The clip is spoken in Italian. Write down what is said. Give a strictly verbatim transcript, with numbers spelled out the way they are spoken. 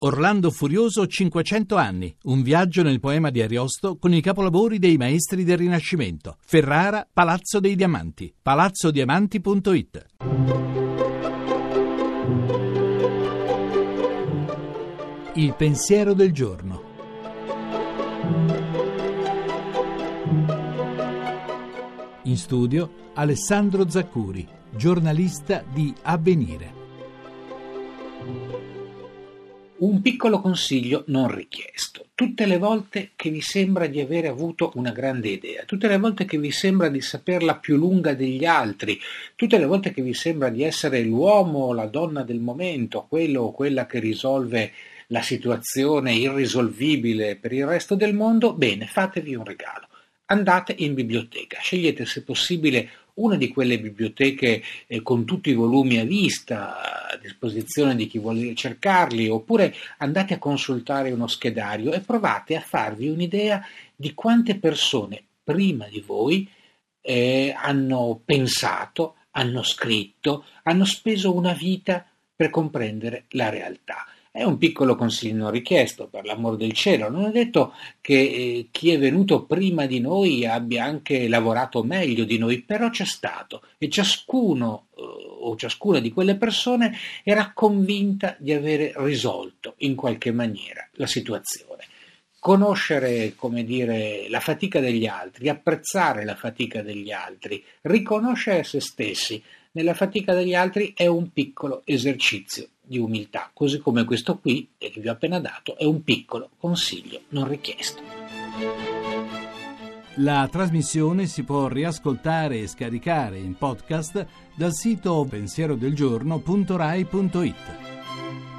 Orlando Furioso cinquecento anni, un viaggio nel poema di Ariosto con i capolavori dei maestri del Rinascimento. Ferrara, Palazzo dei Diamanti, palazzo diamanti punto it. Il pensiero del giorno. In studio Alessandro Zaccuri, giornalista di Avvenire. Un piccolo consiglio non richiesto. Tutte le volte che vi sembra di avere avuto una grande idea, tutte le volte che vi sembra di saperla più lunga degli altri, tutte le volte che vi sembra di essere l'uomo o la donna del momento, quello o quella che risolve la situazione irrisolvibile per il resto del mondo, bene, fatevi un regalo. Andate in biblioteca, scegliete se possibile una di quelle biblioteche eh, con tutti i volumi a vista, a disposizione di chi vuole cercarli, oppure andate a consultare uno schedario e provate a farvi un'idea di quante persone prima di voi eh, hanno pensato, hanno scritto, hanno speso una vita per comprendere la realtà. È un piccolo consiglio non richiesto, per l'amor del cielo. Non è detto che eh, chi è venuto prima di noi abbia anche lavorato meglio di noi, però c'è stato e ciascuno eh, o ciascuna di quelle persone era convinta di avere risolto in qualche maniera la situazione. Conoscere, come dire, la fatica degli altri, apprezzare la fatica degli altri, riconoscere se stessi nella fatica degli altri è un piccolo esercizio di umiltà, così come questo qui, che vi ho appena dato, è un piccolo consiglio non richiesto. La trasmissione si può riascoltare e scaricare in podcast dal sito pensierodelgiorno punto rai punto it.